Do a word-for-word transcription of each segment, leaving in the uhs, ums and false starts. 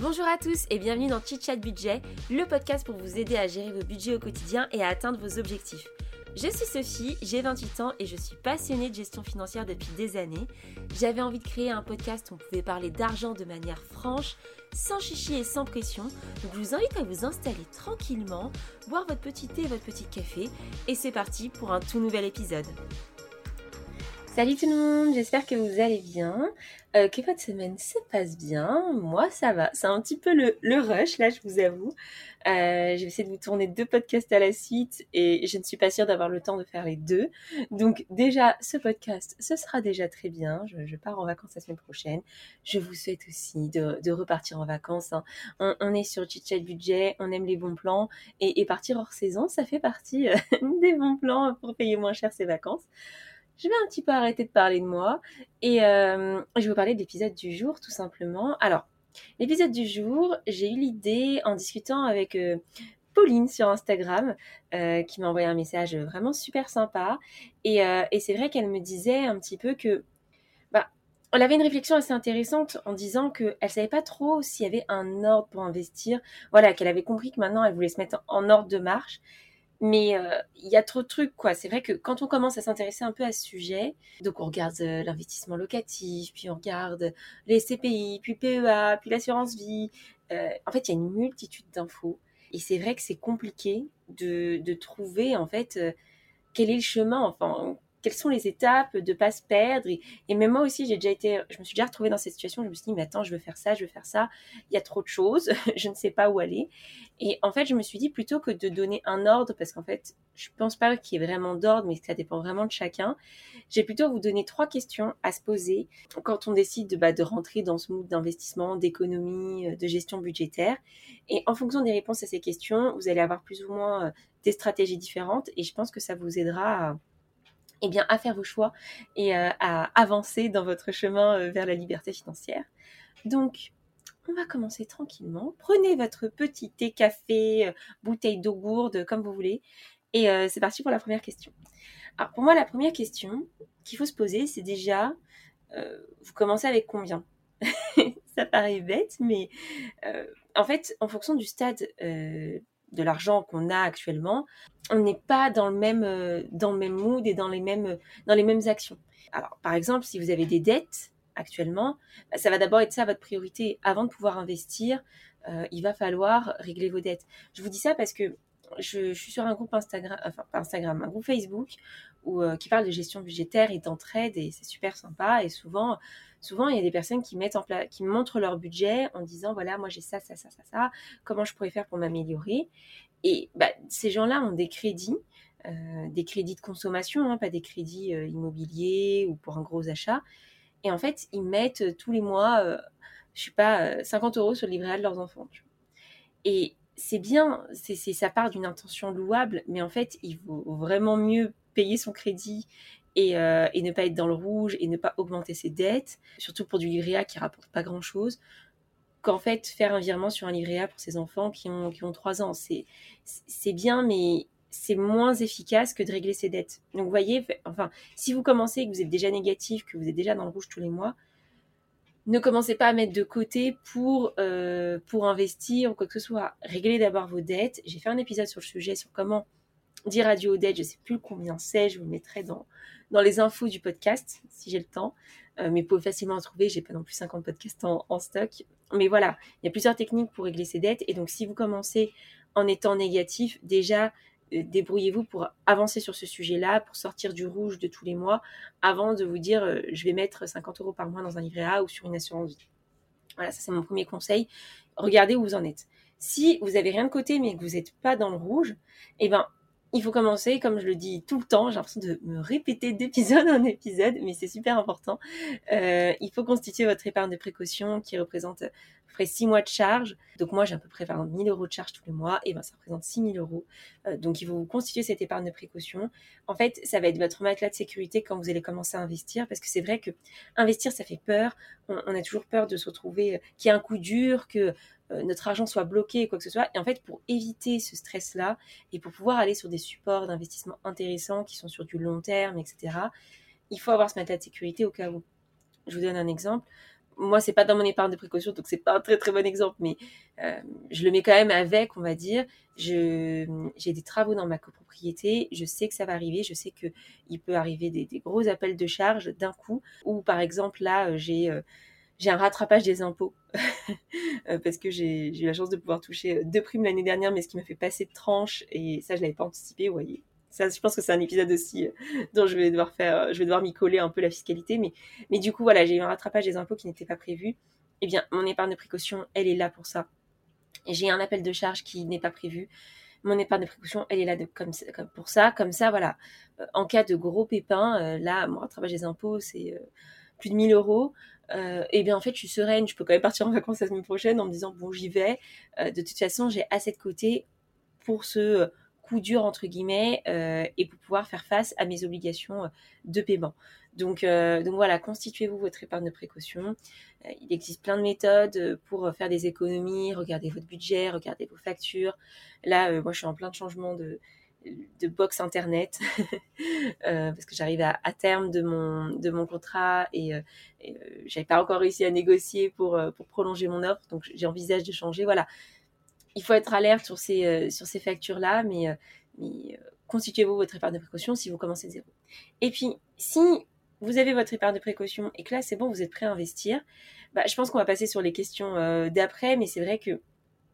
Bonjour à tous et bienvenue dans Chit Chat Budget, le podcast pour vous aider à gérer vos budgets au quotidien et à atteindre vos objectifs. Je suis Sophie, j'ai vingt-huit ans et je suis passionnée de gestion financière depuis des années. J'avais envie de créer un podcast où on pouvait parler d'argent de manière franche, sans chichi et sans pression. Donc je vous invite à vous installer tranquillement, boire votre petit thé et votre petit café et c'est parti pour un tout nouvel épisode. Salut tout le monde, j'espère que vous allez bien, euh, que votre semaine se passe bien. Moi ça va, c'est un petit peu le, le rush là, je vous avoue. Euh, je vais essayer de vous tourner deux podcasts à la suite et je ne suis pas sûre d'avoir le temps de faire les deux. Donc déjà ce podcast, ce sera déjà très bien. Je, je pars en vacances la semaine prochaine. Je vous souhaite aussi de, de repartir en vacances. Hein. On, on est sur Chit Chat Budget, on aime les bons plans et, et partir hors saison, ça fait partie euh, des bons plans pour payer moins cher ses vacances. Je vais un petit peu arrêter de parler de moi et euh, je vais vous parler de l'épisode du jour tout simplement. Alors, l'épisode du jour, j'ai eu l'idée en discutant avec euh, Pauline sur Instagram euh, qui m'a envoyé un message vraiment super sympa et, euh, et c'est vrai qu'elle me disait un petit peu que bah, elle avait une réflexion assez intéressante en disant qu'elle ne savait pas trop s'il y avait un ordre pour investir. Voilà, qu'elle avait compris que maintenant elle voulait se mettre en ordre de marche. Mais euh, il y a trop de trucs, quoi. C'est vrai que quand on commence à s'intéresser un peu à ce sujet, donc on regarde euh, l'investissement locatif, puis on regarde les C P I, puis P E A, puis l'assurance vie. Euh, en fait, il y a une multitude d'infos. Et c'est vrai que c'est compliqué de, de trouver, en fait, euh, quel est le chemin, enfin, quelles sont les étapes, de pas se perdre. Et, et même moi aussi, j'ai déjà été, je me suis déjà retrouvée dans cette situation. Je me suis dit, mais attends, je veux faire ça, je veux faire ça. Il y a trop de choses, je ne sais pas où aller. Et en fait, je me suis dit plutôt que de donner un ordre, parce qu'en fait, je pense pas qu'il y ait vraiment d'ordre, mais que ça dépend vraiment de chacun. J'ai plutôt vous donner trois questions à se poser quand on décide de, bah, de rentrer dans ce mood d'investissement, d'économie, de gestion budgétaire. Et en fonction des réponses à ces questions, vous allez avoir plus ou moins des stratégies différentes. Et je pense que ça vous aidera à Eh bien, à faire vos choix et euh, à avancer dans votre chemin euh, vers la liberté financière. Donc, on va commencer tranquillement. Prenez votre petit thé, café, euh, bouteille d'eau gourde, comme vous voulez. Et euh, c'est parti pour la première question. Alors, pour moi, la première question qu'il faut se poser, c'est déjà, euh, vous commencez avec combien ? Ça paraît bête, mais euh, en fait, en fonction du stade euh, de l'argent qu'on a actuellement, on n'est pas dans le même euh, dans le même mood et dans les mêmes dans les mêmes actions. Alors, par exemple, si vous avez des dettes actuellement, bah, ça va d'abord être ça votre priorité. Avant de pouvoir investir, euh, il va falloir régler vos dettes. Je vous dis ça parce que je, je suis sur un groupe Instagram, enfin pas Instagram, un groupe Facebook où, euh, qui parle de gestion budgétaire et d'entraide et c'est super sympa. Et souvent, souvent il y a des personnes qui mettent en place, qui montrent leur budget en disant voilà moi j'ai ça, ça, ça, ça, ça, comment je pourrais faire pour m'améliorer. Et bah, ces gens-là ont des crédits, euh, des crédits de consommation, hein, pas des crédits euh, immobiliers ou pour un gros achat. Et en fait, ils mettent euh, tous les mois, euh, je sais pas, euh, cinquante euros sur le livret A de leurs enfants. Tu vois. Et c'est bien, c'est, c'est, ça part d'une intention louable, mais en fait, il vaut vraiment mieux payer son crédit et, euh, et ne pas être dans le rouge et ne pas augmenter ses dettes, surtout pour du livret A qui rapporte pas grand-chose, qu'en fait, faire un virement sur un livret A pour ses enfants qui ont, qui ont trois ans. C'est, c'est bien, mais c'est moins efficace que de régler ses dettes. Donc, vous voyez, enfin, si vous commencez et que vous êtes déjà négatif, que vous êtes déjà dans le rouge tous les mois, ne commencez pas à mettre de côté pour, euh, pour investir ou quoi que ce soit. Réglez d'abord vos dettes. J'ai fait un épisode sur le sujet, sur comment dire adieu aux dettes. Je ne sais plus combien c'est, je vous le mettrai dans, dans les infos du podcast, si j'ai le temps. Euh, mais vous pouvez facilement en trouver, j'ai pas non plus cinquante podcasts en, en stock. Mais voilà, il y a plusieurs techniques pour régler ses dettes. Et donc, si vous commencez en étant négatif, déjà, euh, débrouillez-vous pour avancer sur ce sujet-là, pour sortir du rouge de tous les mois, avant de vous dire, euh, je vais mettre cinquante euros par mois dans un livret A ou sur une assurance vie. Voilà, ça c'est mon premier conseil. Regardez où vous en êtes. Si vous avez rien de côté, mais que vous n'êtes pas dans le rouge, eh ben, il faut commencer, comme je le dis tout le temps, j'ai l'impression de me répéter d'épisode en épisode, mais c'est super important. Euh, il faut constituer votre épargne de précaution qui représente à peu près six mois de charge. Donc moi, j'ai à peu près mille euros de charge tous les mois, et ben ça représente six mille euros. Euh, donc il faut vous constituer cette épargne de précaution. En fait, ça va être votre matelas de sécurité quand vous allez commencer à investir, parce que c'est vrai que investir, ça fait peur. On, on a toujours peur de se retrouver, euh, qu'il y ait un coup dur, que euh, notre argent soit bloqué, quoi que ce soit. Et en fait, pour éviter ce stress-là, et pour pouvoir aller sur des supports d'investissement intéressants qui sont sur du long terme, et cetera, il faut avoir ce matelas de sécurité au cas où. Je vous donne un exemple. moi, c'est pas dans mon épargne de précaution, donc c'est pas un très très bon exemple, mais euh, je le mets quand même avec, on va dire. Je, j'ai des travaux dans ma copropriété, je sais que ça va arriver, je sais qu'il peut arriver des, des gros appels de charges d'un coup, ou par exemple là, j'ai, euh, j'ai un rattrapage des impôts, parce que j'ai, j'ai eu la chance de pouvoir toucher deux primes l'année dernière, mais ce qui m'a fait passer de tranche, et ça je l'avais pas anticipé, vous voyez. Ça, je pense que c'est un épisode aussi euh, dont je vais devoir faire, je vais devoir m'y coller un peu la fiscalité, mais, mais du coup, voilà, j'ai eu un rattrapage des impôts qui n'était pas prévu. Eh bien, mon épargne de précaution, elle est là pour ça. Et j'ai un appel de charge qui n'est pas prévu. Mon épargne de précaution, elle est là de, comme, comme pour ça. Comme ça, voilà, euh, en cas de gros pépins, euh, là, mon rattrapage des impôts, c'est euh, plus de mille euros. Euh, et bien, en fait, je suis sereine. Je peux quand même partir en vacances la semaine prochaine en me disant, bon, j'y vais. Euh, de toute façon, j'ai assez de côté pour ce coup dur entre guillemets euh, et pour pouvoir faire face à mes obligations de paiement. Donc, euh, donc voilà, constituez-vous votre épargne de précaution. Euh, il existe plein de méthodes pour faire des économies, regardez votre budget, regardez vos factures. Là, euh, moi, je suis en plein de changement de, de box internet euh, parce que j'arrive à, à terme de mon, de mon contrat et, euh, et euh, j'avais pas encore réussi à négocier pour, euh, pour prolonger mon offre, donc j'envisage de changer. Voilà. Il faut être alerte sur ces, euh, sur ces factures-là, mais, euh, mais euh, constituez-vous votre épargne de précaution si vous commencez de zéro. Et puis, si vous avez votre épargne de précaution et que là, c'est bon, vous êtes prêt à investir, bah, je pense qu'on va passer sur les questions euh, d'après, mais c'est vrai que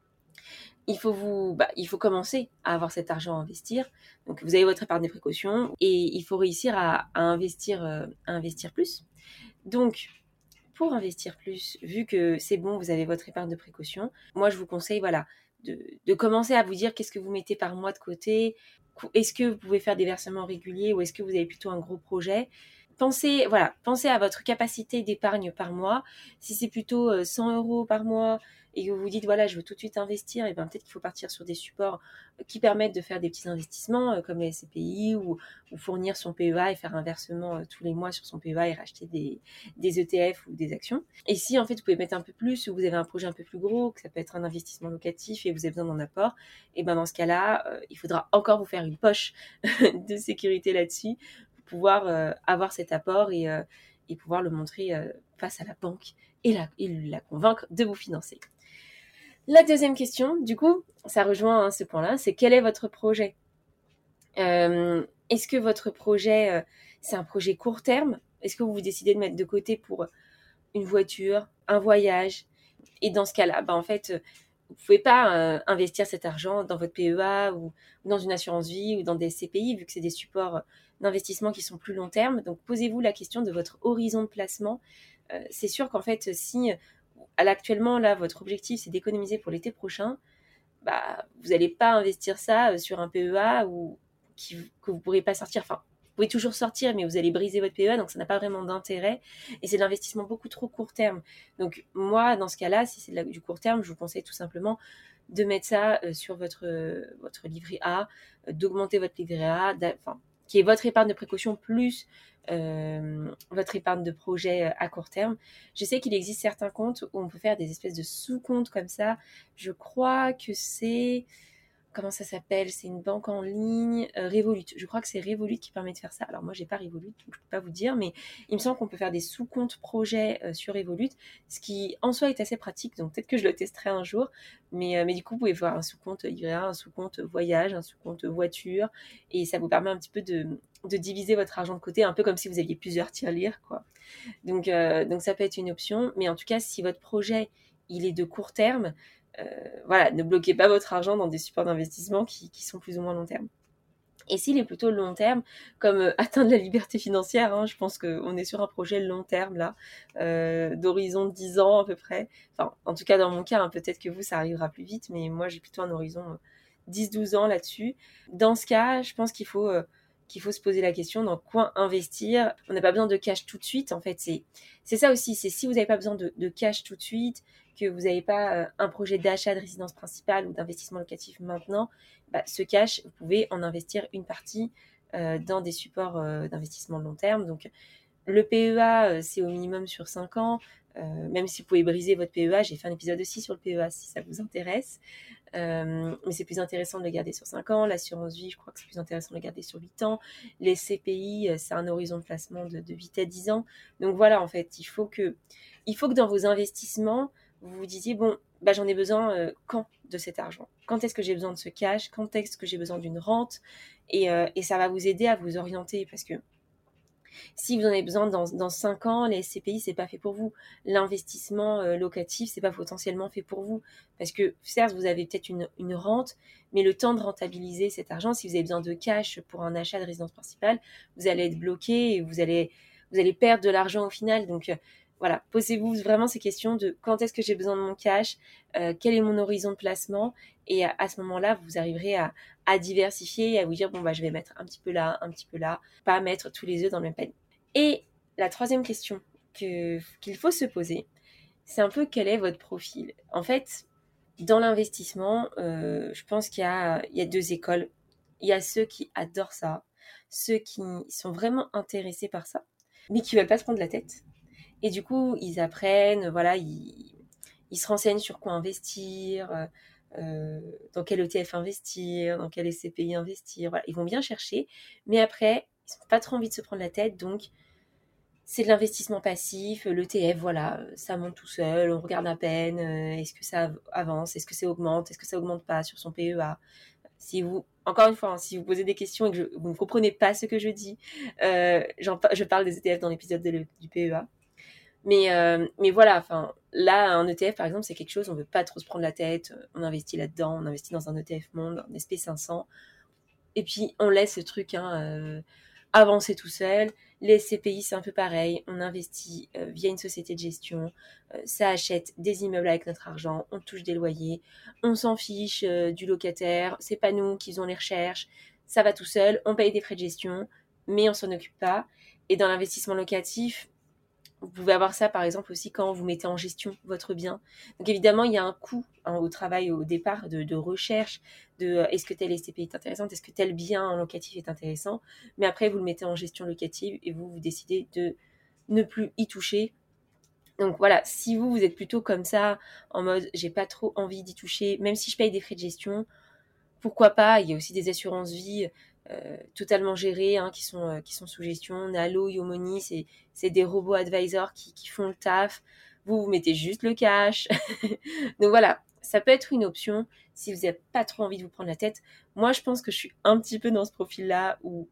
il faut, vous, bah, il faut commencer à avoir cet argent à investir. Donc, vous avez votre épargne de précaution et il faut réussir à, à, investir, euh, à investir plus. Donc, pour investir plus, vu que c'est bon, vous avez votre épargne de précaution, moi, je vous conseille, voilà, de, de commencer à vous dire qu'est-ce que vous mettez par mois de côté, est-ce que vous pouvez faire des versements réguliers ou est-ce que vous avez plutôt un gros projet. Pensez, voilà, pensez à votre capacité d'épargne par mois. Si c'est plutôt cent euros par mois et que vous vous dites, voilà, je veux tout de suite investir, et ben peut-être qu'il faut partir sur des supports qui permettent de faire des petits investissements comme les S C P I ou, ou fournir son P E A et faire un versement tous les mois sur son P E A et racheter des, des E T F ou des actions. Et si en fait vous pouvez mettre un peu plus ou vous avez un projet un peu plus gros, que ça peut être un investissement locatif et vous avez besoin d'un apport, et ben dans ce cas-là, euh, il faudra encore vous faire une poche de sécurité là-dessus pour pouvoir euh, avoir cet apport et, euh, et pouvoir le montrer euh, face à la banque et la, et la convaincre de vous financer. La deuxième question, du coup, ça rejoint hein, ce point-là, c'est quel est votre projet ? euh, Est-ce que votre projet, euh, c'est un projet court terme ? Est-ce que vous vous décidez de mettre de côté pour une voiture, un voyage ? Et dans ce cas-là, bah, en fait, vous ne pouvez pas euh, investir cet argent dans votre P E A ou, ou dans une assurance vie ou dans des S C P I, vu que c'est des supports d'investissement qui sont plus long terme. Donc, posez-vous la question de votre horizon de placement. Euh, c'est sûr qu'en fait, si à l'actuellement, là, votre objectif, c'est d'économiser pour l'été prochain, bah, vous n'allez pas investir ça sur un P E A ou qui, que vous ne pourrez pas sortir. Enfin, vous pouvez toujours sortir, mais vous allez briser votre P E A, donc ça n'a pas vraiment d'intérêt. Et c'est de l'investissement beaucoup trop court terme. Donc moi, dans ce cas-là, si c'est de la, du court terme, je vous conseille tout simplement de mettre ça euh, sur votre, euh, votre livret A, euh, d'augmenter votre livret A, enfin, qui est votre épargne de précaution plus euh, votre épargne de projet à court terme. Je sais qu'il existe certains comptes où on peut faire des espèces de sous-comptes comme ça. Je crois que c'est... Comment ça s'appelle ? C'est une banque en ligne, euh, Revolut. Je crois que c'est Revolut qui permet de faire ça. Alors moi, j'ai pas Revolut, donc je peux pas vous dire, mais il me semble qu'on peut faire des sous-comptes projets euh, sur Revolut, ce qui en soi est assez pratique. Donc peut-être que je le testerai un jour, mais euh, mais du coup, vous pouvez voir un sous-compte livret A, un sous-compte voyage, un sous-compte voiture, et ça vous permet un petit peu de de diviser votre argent de côté, un peu comme si vous aviez plusieurs tirelires, quoi. Donc euh, donc ça peut être une option, mais en tout cas, si votre projet il est de court terme, Euh, voilà, ne bloquez pas votre argent dans des supports d'investissement qui, qui sont plus ou moins long terme. Et s'il est plutôt long terme, comme euh, atteindre la liberté financière, hein, je pense qu'on est sur un projet long terme là, euh, d'horizon de dix ans à peu près. Enfin, en tout cas dans mon cas, hein, peut-être que vous ça arrivera plus vite, mais moi j'ai plutôt un horizon euh, dix douze ans là-dessus. Dans ce cas, je pense qu'il faut... Euh, qu'il faut se poser la question dans quoi investir. On n'a pas besoin de cash tout de suite, en fait. C'est, c'est ça aussi, c'est si vous n'avez pas besoin de, de cash tout de suite, que vous n'avez pas euh, un projet d'achat de résidence principale ou d'investissement locatif maintenant, bah, ce cash, vous pouvez en investir une partie euh, dans des supports euh, d'investissement de long terme. Donc, le P E A, euh, c'est au minimum sur cinq ans. Euh, même si vous pouvez briser votre P E A, j'ai fait un épisode aussi sur le P E A si ça vous intéresse. Euh, mais c'est plus intéressant de le garder sur cinq ans. L'assurance vie, je crois que c'est plus intéressant de le garder sur huit ans. Les C P I, c'est un horizon de placement de, de huit à dix ans. Donc voilà, en fait, il faut que, il faut que dans vos investissements, vous vous disiez, bon, bah, j'en ai besoin euh, quand de cet argent? Quand est-ce que j'ai besoin de ce cash? Quand est-ce que j'ai besoin d'une rente? Et, euh, et ça va vous aider à vous orienter parce que si vous en avez besoin dans, dans cinq ans, les S C P I, c'est pas fait pour vous. L'investissement euh, locatif, c'est pas potentiellement fait pour vous. Parce que, certes, vous avez peut-être une, une rente, mais le temps de rentabiliser cet argent, si vous avez besoin de cash pour un achat de résidence principale, vous allez être bloqué et vous allez, vous allez perdre de l'argent au final. Donc, euh, voilà, posez-vous vraiment ces questions de quand est-ce que j'ai besoin de mon cash, euh, quel est mon horizon de placement, et à, à ce moment-là, vous arriverez à, à diversifier et à vous dire, bon, bah, je vais mettre un petit peu là, un petit peu là, pas mettre tous les œufs dans le même panier. Et la troisième question que, qu'il faut se poser, c'est un peu quel est votre profil. En fait, dans l'investissement, euh, je pense qu'il y a, il y a deux écoles. Il y a ceux qui adorent ça, ceux qui sont vraiment intéressés par ça, mais qui veulent pas se prendre la tête. Et du coup, ils apprennent, voilà, ils, ils se renseignent sur quoi investir, euh, dans quel E T F investir, dans quel S C P I investir. Voilà, ils vont bien chercher, mais après, ils n'ont pas trop envie de se prendre la tête, donc c'est de l'investissement passif. L'E T F, voilà, ça monte tout seul, on regarde à peine, euh, est-ce que ça avance, est-ce que ça augmente, est-ce que ça augmente pas sur son P E A. Si vous, encore une fois, hein, si vous posez des questions et que je, vous ne comprenez pas ce que je dis, euh, j'en, je parle des E T F dans l'épisode de, du P E A. Mais, euh, mais voilà, enfin, là, un E T F, par exemple, c'est quelque chose, on ne veut pas trop se prendre la tête, on investit là-dedans, on investit dans un E T F monde, un S P cinq cents, et puis on laisse ce truc hein, euh, avancer tout seul. Les S C P I, c'est un peu pareil, on investit euh, via une société de gestion, euh, ça achète des immeubles avec notre argent, on touche des loyers, on s'en fiche euh, du locataire, c'est pas nous qui faisons les recherches, ça va tout seul, on paye des frais de gestion, mais on s'en occupe pas. Et dans l'investissement locatif, vous pouvez avoir ça, par exemple, aussi quand vous mettez en gestion votre bien. Donc, évidemment, il y a un coût hein, au travail au départ de, de recherche, de euh, est-ce que tel S C P I est intéressant, est-ce que tel bien locatif est intéressant. Mais après, vous le mettez en gestion locative et vous, vous décidez de ne plus y toucher. Donc, voilà, si vous, vous êtes plutôt comme ça, en mode, j'ai pas trop envie d'y toucher, même si je paye des frais de gestion, pourquoi pas. Il y a aussi des assurances vie euh, totalement gérées hein, qui, sont, euh, qui sont sous gestion. Nalo, Yomoni, c'est, c'est des robots advisors qui, qui font le taf. Vous, vous mettez juste le cash. Donc voilà, ça peut être une option si vous n'avez pas trop envie de vous prendre la tête. Moi, je pense que je suis un petit peu dans ce profil-là où,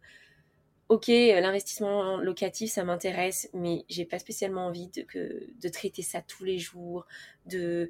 ok, l'investissement locatif, ça m'intéresse, mais j'ai pas spécialement envie de, que, de traiter ça tous les jours, de...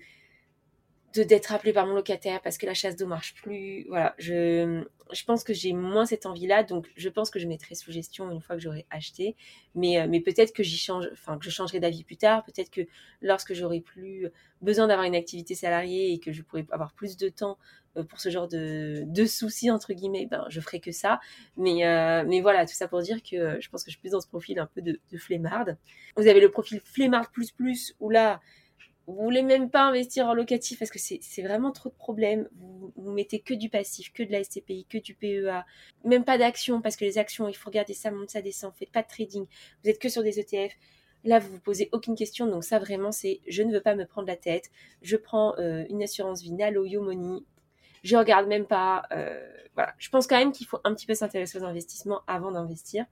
De, d'être appelé par mon locataire parce que la chasse d'eau marche plus. Voilà, je, je pense que j'ai moins cette envie-là, donc je pense que je mettrai sous gestion une fois que j'aurai acheté. Mais, mais peut-être que j'y change, enfin que je changerai d'avis plus tard. Peut-être que lorsque j'aurai plus besoin d'avoir une activité salariée et que je pourrai avoir plus de temps pour ce genre de, de soucis entre guillemets, ben je ferai que ça. Mais, euh, mais voilà, tout ça pour dire que je pense que je suis plus dans ce profil un peu de, de flemmarde. Vous avez le profil flemmard plus plus où là vous voulez même pas investir en locatif parce que c'est, c'est vraiment trop de problèmes. Vous, vous mettez que du passif, que de la S C P I, que du P E A. Même pas d'actions parce que les actions, il faut regarder ça monte, ça descend. Vous faites pas de trading. Vous êtes que sur des E T F. Là, vous vous posez aucune question. Donc ça, vraiment, c'est je ne veux pas me prendre la tête. Je prends euh, une assurance vie Nalo, Yomoni. Je regarde même pas. Euh, voilà. Je pense quand même qu'il faut un petit peu s'intéresser aux investissements avant d'investir.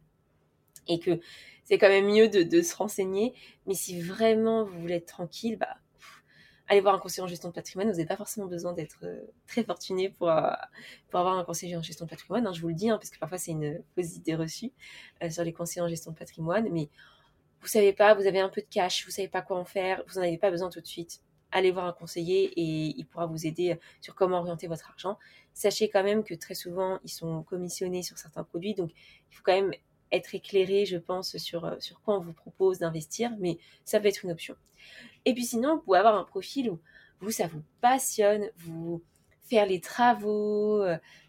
Et que c'est quand même mieux de, de se renseigner. Mais si vraiment vous voulez être tranquille, bah, allez voir un conseiller en gestion de patrimoine. Vous n'avez pas forcément besoin d'être euh, très fortuné pour, euh, pour avoir un conseiller en gestion de patrimoine. Hein, je vous le dis, hein, parce que parfois c'est une fausse idée reçue euh, sur les conseillers en gestion de patrimoine. Mais vous savez pas, vous avez un peu de cash, vous savez pas quoi en faire, vous n'en avez pas besoin tout de suite. Allez voir un conseiller et il pourra vous aider sur comment orienter votre argent. Sachez quand même que très souvent, ils sont commissionnés sur certains produits. Donc, il faut quand même être éclairé, je pense, sur, sur quoi on vous propose d'investir. Mais ça peut être une option. Et puis sinon, vous pouvez avoir un profil où vous, ça vous passionne, vous faire les travaux,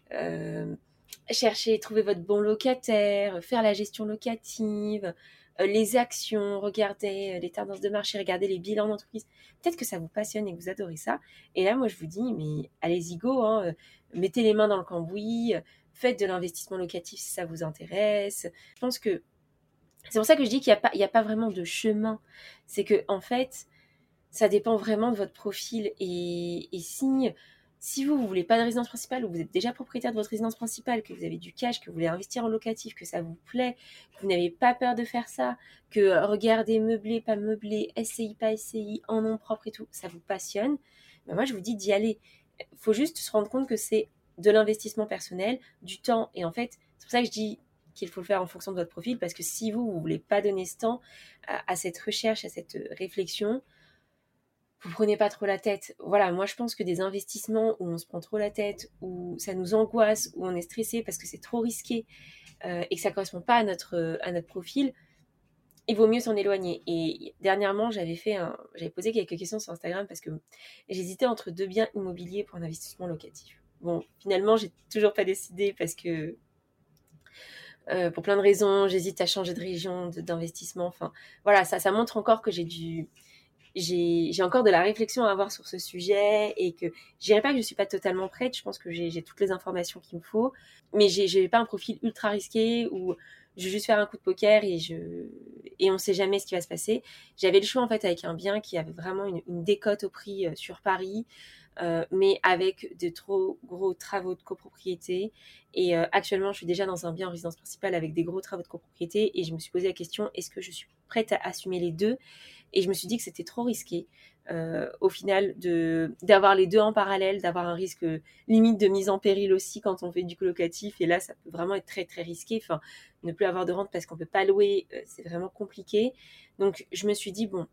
euh, chercher, trouver votre bon locataire, faire la gestion locative, euh, les actions, regarder euh, les tendances de marché, regarder les bilans d'entreprise. Peut-être que ça vous passionne et que vous adorez ça. Et là, moi, je vous dis, mais allez-y go, hein, euh, mettez les mains dans le cambouis, euh, faites de l'investissement locatif si ça vous intéresse. Je pense que C'est pour ça que je dis qu'il n'y a pas, il y a pas vraiment de chemin. C'est que, en fait, ça dépend vraiment de votre profil. Et, et si, si vous ne voulez pas de résidence principale, ou vous êtes déjà propriétaire de votre résidence principale, que vous avez du cash, que vous voulez investir en locatif, que ça vous plaît, que vous n'avez pas peur de faire ça, que euh, regarder meublé, pas meublé, S C I, pas S C I, en nom propre et tout, ça vous passionne, ben moi je vous dis d'y aller. Il faut juste se rendre compte que c'est de l'investissement personnel, du temps. Et en fait, c'est pour ça que je dis qu'il faut le faire en fonction de votre profil, parce que si vous, vous ne voulez pas donner ce temps à, à cette recherche, à cette réflexion, vous prenez pas trop la tête. Voilà, moi je pense que des investissements où on se prend trop la tête, où ça nous angoisse, où on est stressé parce que c'est trop risqué euh, et que ça correspond pas à notre, à notre profil, il vaut mieux s'en éloigner. Et dernièrement, j'avais fait un, j'avais posé quelques questions sur Instagram parce que j'hésitais entre deux biens immobiliers pour un investissement locatif. Bon, finalement, j'ai toujours pas décidé parce que euh, pour plein de raisons, j'hésite à changer de région, de, d'investissement. Enfin, voilà, ça, ça montre encore que j'ai du, j'ai, j'ai encore de la réflexion à avoir sur ce sujet et que je dirais pas que je suis pas totalement prête. Je pense que j'ai, j'ai toutes les informations qu'il me faut, mais j'ai, j'ai pas un profil ultra risqué où je vais juste faire un coup de poker et je, et on sait jamais ce qui va se passer. J'avais le choix en fait avec un bien qui avait vraiment une, une décote au prix euh, sur Paris. Euh, mais avec de trop gros travaux de copropriété. Et euh, actuellement, je suis déjà dans un bien en résidence principale avec des gros travaux de copropriété et je me suis posé la question, est-ce que je suis prête à assumer les deux ? Et je me suis dit que c'était trop risqué, euh, au final, de, d'avoir les deux en parallèle, d'avoir un risque limite de mise en péril aussi quand on fait du colocatif. Et là, ça peut vraiment être très, très risqué. Enfin, ne plus avoir de rente parce qu'on ne peut pas louer, euh, c'est vraiment compliqué. Donc, je me suis dit, bon,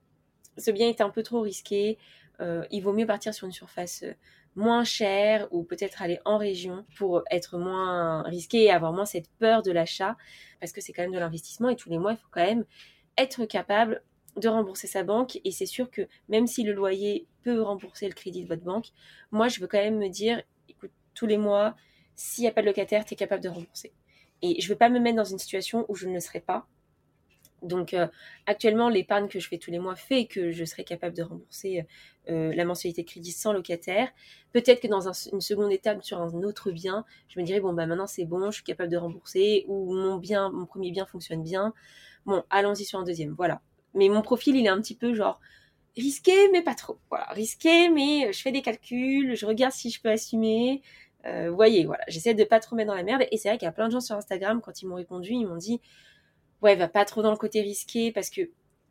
ce bien est un peu trop risqué. Euh, il vaut mieux partir sur une surface moins chère ou peut-être aller en région pour être moins risqué et avoir moins cette peur de l'achat parce que c'est quand même de l'investissement et tous les mois, il faut quand même être capable de rembourser sa banque. Et c'est sûr que même si le loyer peut rembourser le crédit de votre banque, moi, je veux quand même me dire, écoute, tous les mois, s'il n'y a pas de locataire, tu es capable de rembourser. Et je ne veux pas me mettre dans une situation où je ne le serai pas. Donc euh, actuellement, l'épargne que je fais tous les mois fait que je serai capable de rembourser euh, la mensualité de crédit sans locataire. Peut-être que dans un, une seconde étape sur un autre bien, je me dirais bon bah maintenant c'est bon, je suis capable de rembourser ou mon bien, mon premier bien fonctionne bien. Bon, allons-y sur un deuxième, voilà. Mais mon profil, il est un petit peu genre risqué mais pas trop. Voilà, risqué mais je fais des calculs, je regarde si je peux assumer. Euh, vous voyez, voilà, j'essaie de pas trop mettre dans la merde. Et c'est vrai qu'il y a plein de gens sur Instagram quand ils m'ont répondu, ils m'ont dit ouais, va pas trop dans le côté risqué parce que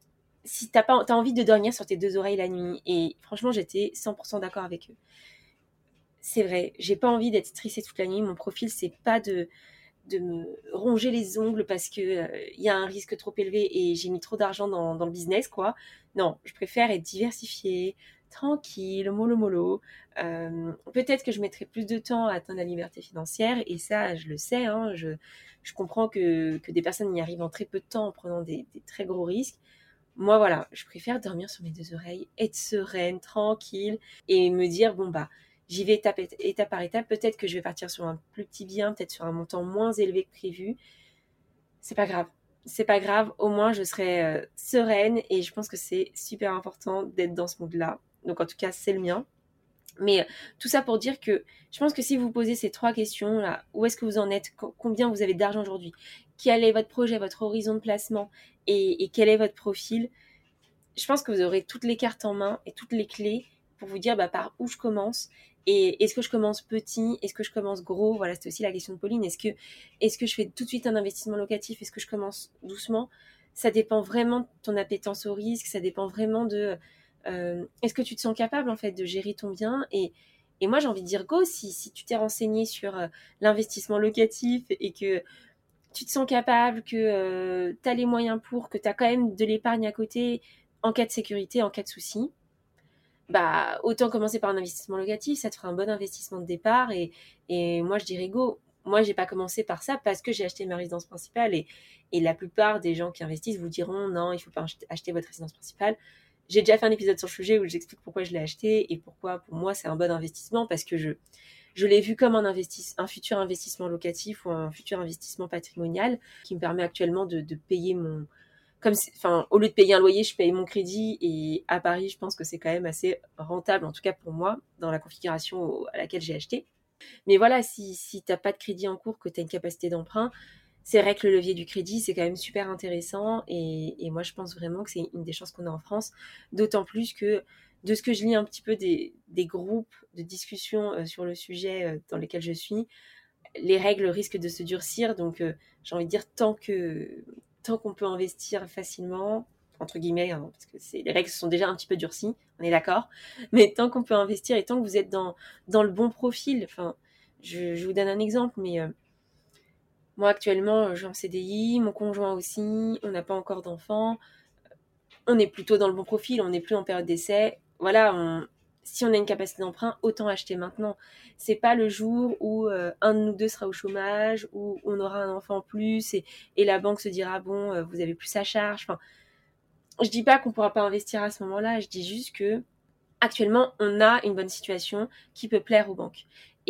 si t'as pas, t'as envie de dormir sur tes deux oreilles la nuit. Et franchement, j'étais cent pour cent d'accord avec eux. C'est vrai, j'ai pas envie d'être stressée toute la nuit. Mon profil, c'est pas de, de me ronger les ongles parce que il euh, y a un risque trop élevé et j'ai mis trop d'argent dans, dans le business, quoi. Non, je préfère être diversifiée, tranquille, mollo mollo. Euh, peut-être que je mettrai plus de temps à atteindre la liberté financière et ça, je le sais. Hein, je, je comprends que, que des personnes y arrivent en très peu de temps en prenant des, des très gros risques. Moi, voilà, je préfère dormir sur mes deux oreilles, être sereine, tranquille et me dire, bon, bah, j'y vais étape, étape par étape. Peut-être que je vais partir sur un plus petit bien, peut-être sur un montant moins élevé que prévu. C'est pas grave. C'est pas grave. Au moins, je serai euh, sereine et je pense que c'est super important d'être dans ce mood-là. Donc, en tout cas, c'est le mien. Mais euh, tout ça pour dire que je pense que si vous posez ces trois questions là, où est-ce que vous en êtes, combien vous avez d'argent aujourd'hui, quel est votre projet, votre horizon de placement et, et quel est votre profil, je pense que vous aurez toutes les cartes en main et toutes les clés pour vous dire bah, par où je commence. Et est-ce que je commence petit, est-ce que je commence gros, voilà, c'était aussi la question de Pauline, est-ce que, est-ce que je fais tout de suite un investissement locatif, est-ce que je commence doucement? Ça dépend vraiment de ton appétence au risque, ça dépend vraiment de euh, est-ce que tu te sens capable en fait de gérer ton bien. Et, et moi j'ai envie de dire go, si, si tu t'es renseigné sur euh, l'investissement locatif et que tu te sens capable, que euh, tu as les moyens pour, que tu as quand même de l'épargne à côté en cas de sécurité, en cas de souci, bah autant commencer par un investissement locatif, ça te fera un bon investissement de départ. Et, et moi je dirais go. Moi j'ai pas commencé par ça parce que j'ai acheté ma résidence principale et, et la plupart des gens qui investissent vous diront non, il faut pas acheter votre résidence principale. J'ai déjà fait un épisode sur le sujet où j'explique pourquoi je l'ai acheté et pourquoi pour moi c'est un bon investissement, parce que je, je l'ai vu comme un, investis, un futur investissement locatif ou un futur investissement patrimonial qui me permet actuellement de, de payer mon... Comme enfin, au lieu de payer un loyer, je paye mon crédit. Et à Paris, je pense que c'est quand même assez rentable, en tout cas pour moi, dans la configuration à laquelle j'ai acheté. Mais voilà, si, si tu n'as pas de crédit en cours, que tu as une capacité d'emprunt, c'est vrai que le levier du crédit, c'est quand même super intéressant et, et moi, je pense vraiment que c'est une des chances qu'on a en France, d'autant plus que de ce que je lis un petit peu des, des groupes de discussion euh, sur le sujet euh, dans lesquels je suis, les règles risquent de se durcir, donc euh, j'ai envie de dire tant que tant qu'on peut investir facilement, entre guillemets, hein, parce que c'est, les règles sont déjà un petit peu durcies, on est d'accord, mais tant qu'on peut investir et tant que vous êtes dans, dans le bon profil, enfin, je, je vous donne un exemple, mais euh, moi actuellement, je suis en C D I, mon conjoint aussi, on n'a pas encore d'enfants, on est plutôt dans le bon profil, on n'est plus en période d'essai. Voilà, on, si on a une capacité d'emprunt, autant acheter maintenant. C'est pas le jour où euh, un de nous deux sera au chômage, où on aura un enfant en plus et, et la banque se dira bon, euh, vous avez plus à charge. Enfin, je dis pas qu'on pourra pas investir à ce moment-là, je dis juste que actuellement, on a une bonne situation qui peut plaire aux banques.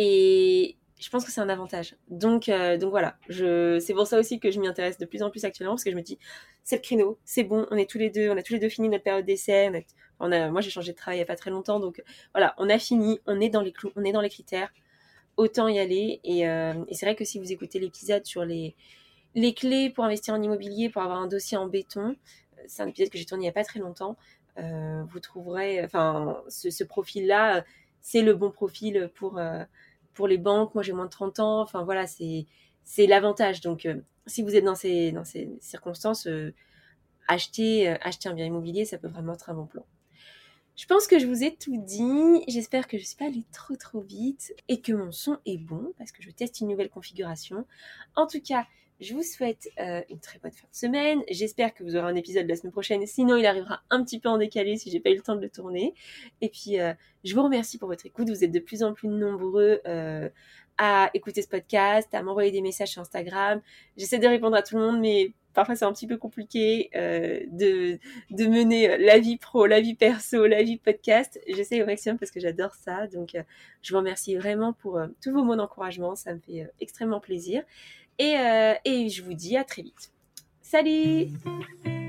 Et je pense que c'est un avantage. Donc, euh, donc voilà, je, c'est pour ça aussi que je m'y intéresse de plus en plus actuellement, parce que je me dis, c'est le créneau, c'est bon, on est tous les deux, on a tous les deux fini notre période d'essai. On a, on a, moi, j'ai changé de travail il n'y a pas très longtemps, donc voilà, on a fini, on est dans les clous, on est dans les critères, autant y aller. Et, euh, et c'est vrai que si vous écoutez l'épisode sur les, les clés pour investir en immobilier, pour avoir un dossier en béton, c'est un épisode que j'ai tourné il n'y a pas très longtemps. Euh, vous trouverez, enfin, ce, ce profil-là, c'est le bon profil pour, euh, pour les banques. Moi, j'ai moins de trente ans. Enfin, voilà, c'est, c'est l'avantage. Donc, euh, si vous êtes dans ces, dans ces circonstances, euh, acheter, euh, acheter un bien immobilier, ça peut vraiment être un bon plan. Je pense que je vous ai tout dit. J'espère que je ne suis pas allée trop trop vite et que mon son est bon parce que je teste une nouvelle configuration. En tout cas, je vous souhaite euh, une très bonne fin de semaine. J'espère que vous aurez un épisode la semaine prochaine. Sinon, il arrivera un petit peu en décalé si j'ai pas eu le temps de le tourner. Et puis, euh, je vous remercie pour votre écoute. Vous êtes de plus en plus nombreux euh, à écouter ce podcast, à m'envoyer des messages sur Instagram. J'essaie de répondre à tout le monde, mais parfois c'est un petit peu compliqué euh, de, de mener la vie pro, la vie perso, la vie podcast. J'essaie au maximum parce que j'adore ça. Donc, euh, je vous remercie vraiment pour euh, tous vos mots d'encouragement. Ça me fait euh, extrêmement plaisir. Et, euh, et je vous dis à très vite. Salut!